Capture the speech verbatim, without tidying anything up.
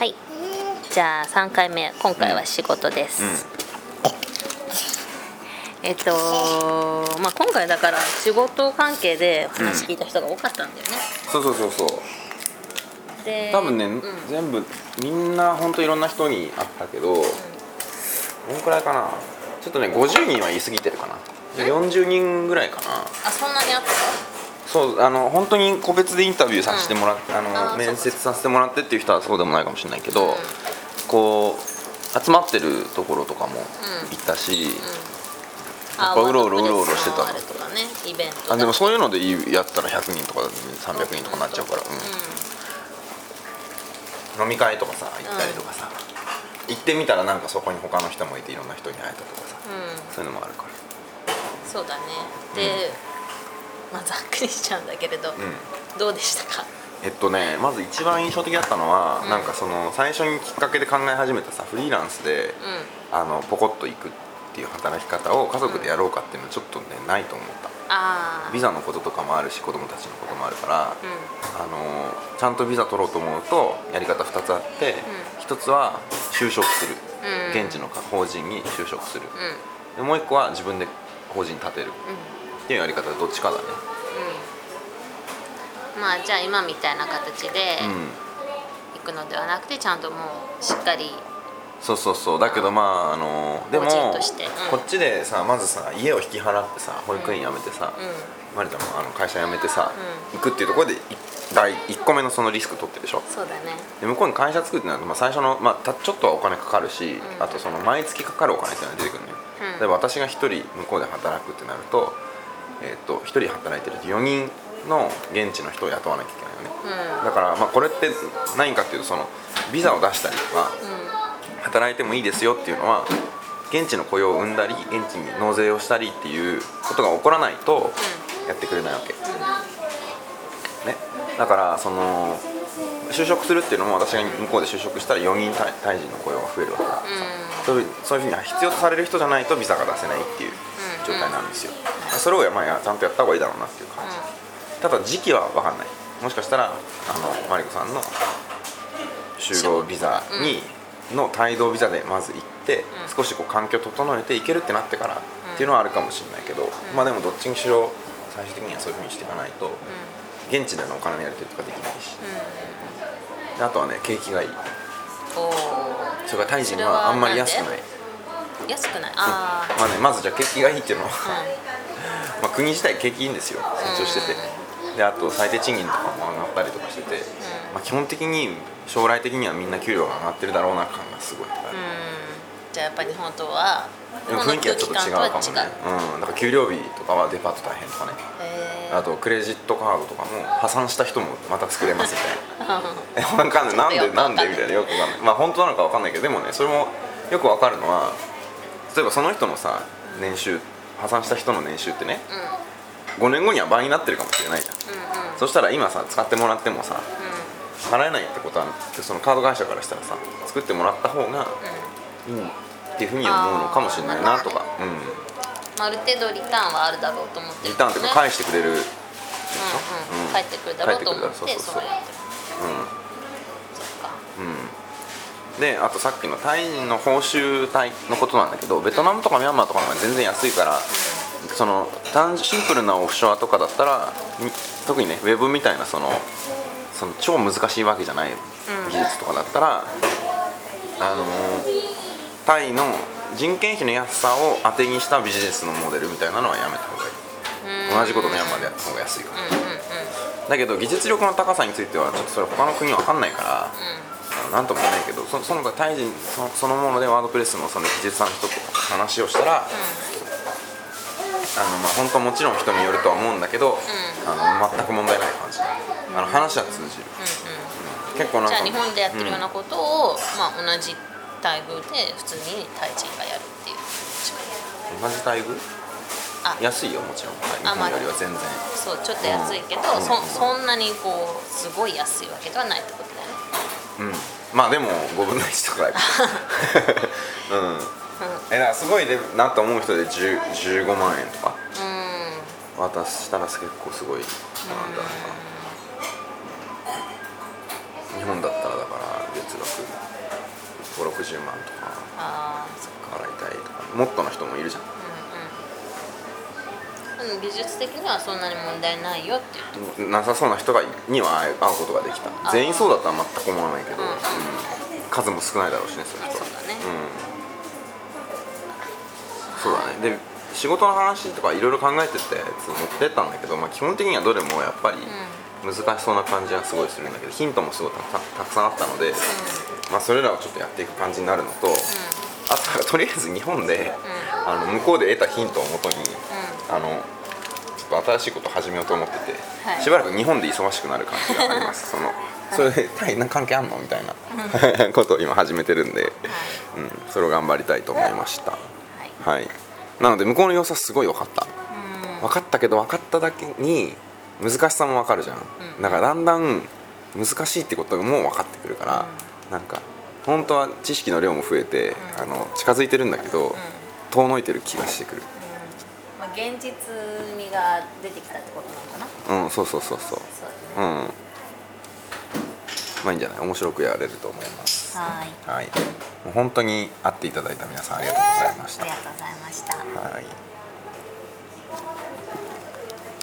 はい、じゃあさんかいめ、今回は仕事です、うんうん、えっとまあ今回だから仕事関係で話聞いた人が多かったんだよね、 うん、そうそうそうそうで多分ね、うん、全部みんな本当いろんな人に会ったけど、うん、どんくらいかな、ちょっとねごじゅうにんは言い過ぎてるかな、よんじゅうにんぐらいかな。 あ、そんなにあった？ そう、あの本当に個別でインタビューさせてもらって、うん、あの面接させてもらってっていう人はそうでもないかもしれないけど、うん、こう集まってるところとかも行ったし、うんうん、やっぱうろうろうろうろしてたの。 あれとかね、イベントあ、でもそういうのでやったらひゃくにんとかさんびゃくにんとかなっちゃうから、うんうん、飲み会とかさ行ったりとかさ、うん、行ってみたらなんかそこに他の人もいていろんな人に会えたとかさ、うん、そういうのもあるから。 そうだね。で、うん、まあざっくりしちゃうんだけれど、うん、どうでしたか？ えっとね、まず一番印象的だったのは、うん、なんかその最初にきっかけで考え始めたさ、フリーランスで、うん、あのポコッと行くっていう働き方を家族でやろうかっていうのはちょっとね、うん、ないと思った。あ、ビザのこととかもあるし子供たちのこともあるから、うん、あのちゃんとビザ取ろうと思うとやり方ふたつあって、うん、ひとつは就職する、うん、現地の法人に就職する、うん、でもういっこは自分で法人立てる、うん、っていうやり方でどっちかだね、 うん、まあじゃあ今みたいな形で行くのではなくて、ちゃんともうしっかり、 そうそうそう、だけどまああのでも、うん、こっちでさ、まずさ家を引き払ってさ保育園辞めてさ、うん、マリちゃんもあの会社辞めてさ、うん、行くっていうところで第いっこめのそのリスク取ってるでしょ。 そうだね。 で向こうに会社作るってなると、まあ、最初の、まあ、たちょっとはお金かかるし、うん、あとその毎月かかるお金っていうのが出てくるのよ、うん、例えば私がひとり向こうで働くってなると、えー、とひとり働いてるとよにんの現地の人を雇わなきゃいけないよね、うん、だからまあこれって何かっていうと、そのビザを出したりとか、うん、働いてもいいですよっていうのは現地の雇用を生んだり現地に納税をしたりっていうことが起こらないとやってくれないわけ、ね、だからその就職するっていうのも、私が向こうで就職したらよにんタイ人の雇用が増えるわけだからさ、うん、そういうふうに必要とされる人じゃないとビザが出せないっていう状態なんですよ、うん、それをまあちゃんとやった方がいいだろうなっていう感じ、うん、ただ時期は分かんない。もしかしたらあのマリコさんの就労ビザにの帯同ビザでまず行って、うん、少しこう環境を整えていけるってなってからっていうのはあるかもしれないけど、うん、まあでもどっちにしろ最終的にはそういうふうにしていかないと、うん、現地でのお金のやり取りとかできないし、うん、であとはね、景気がいい。おそれからタイ人はあんまり安くない。 安くない。あ、 うん、まあね、まずじゃあ景気がいいっていうのは、うん、まあ国自体景気いいんですよ、成長してて、うん、であと最低賃金とかも上がったりとかしてて、うん、まあ、基本的に将来的にはみんな給料が上がってるだろうな感がすごいある、うん、 じゃあやっぱり日本とは雰囲気はちょっと違うかもね、うん、だから給料日とかはデパート大変とかね、あとクレジットカードとかも破産した人もまた作れますみたいなえ、分かんない、なんでなんでみたいな、よく分かんない、まあ本当なのか分かんないけど、でもね、それもよく分かるのは、例えばその人のさ年収、破産した人の年収ってね、うん、ごねんごには倍になってるかもしれないじゃん、うんうん、そしたら今さ使ってもらってもさ、うん、払えないってことは、そのカード会社からしたらさ、作ってもらった方がいいっていうふうに思うのかもしれないなとか、うん、 ある程度リターンはあるだろうと思ってる、ね、 リターンっていうか返してくれるでしょ、 うんうん、返ってくるだろうと思ってそうやってる、うん、そっか、 うん、であとさっきのタイの報酬帯のことなんだけど、ベトナムとかミャンマーとかの方が全然安いから、うん、その単シンプルなオフショアとかだったら、特にねウェブみたいなそのその超難しいわけじゃない技術とかだったら、うん、あのタイの人件費の安さを当てにしたビジネスのモデルみたいなのはやめた方がいい。同じことミャンマーでやった方が安いから、うんうんうん、だけど技術力の高さについてはちょっとそれ他の国は分かんないから、うん、なんとも言えないけど、そ, その他タイ人 そ, そのものでワードプレスのその技術さんの人と話をしたら、うん、あのまあ本当もちろん人によるとは思うんだけど、うん、あの全く問題ない感じ、うん、あの話は通じる、うんうん、結構なんかじゃあ日本でやってるようなことを、うん、まあ、同じ待遇で普通にタイ人がやるっていう。 同じ待遇？あ、安いよもちろん、日本よりは全然、まあ、 そうちょっと安いけど、うん、そ, そんなにこうすごい安いわけではないってことだよね。 うん、まあでもごぶんのいちとかだからうん、うん、えだからすごいなと思う人でじゅうごまんえんとか、うん、渡したら結構すごいなんだろうな、日本だったらだから月額ごじゅうろくじゅうまんとかあーそっか。 払いたいとか、もっとの人もいるじゃん。 うんうん、技術的にはそんなに問題ないよって言ってなさそうな人がには会うことができた。全員そうだったら全く思わないけど、 うんうん、数も少ないだろうしね、そういう人。 そうだね、 うん、そうだね。で仕事の話とかいろいろ考えてったやつ持ってったんだけど、まあ、基本的にはどれもやっぱり難しそうな感じはすごいするんだけど、ヒントもすごいたくたくさんあったので、まあ、それらをちょっとやっていく感じになるのと、あととりあえず日本で、あの向こうで得たヒントをもとに、あのちょっと新しいことを始めようと思ってて、 はい、 しばらく日本で忙しくなる感じがありますそのそれでタイ何関係あんのみたいなことを今始めてるんで、はい、うん、それを頑張りたいと思いました。はい、はい、なので向こうの様子はすごい分かった、うん、分かったけど分かっただけに難しさも分かるじゃん、うん、だからだんだん難しいってことがもう分かってくるから、うん、なんか本当は知識の量も増えて、うん、あの近づいてるんだけど、うん、遠のいてる気がしてくる、 うん、まあ、現実味が出てきたってことなのかな。 うん、そうそうそうそう、そう、ね、うん、まあいいんじゃない、面白くやれると思います。 はい、 はい、もう本当に会っていただいた皆さんありがとうございました。 ありがとうございました。 はい。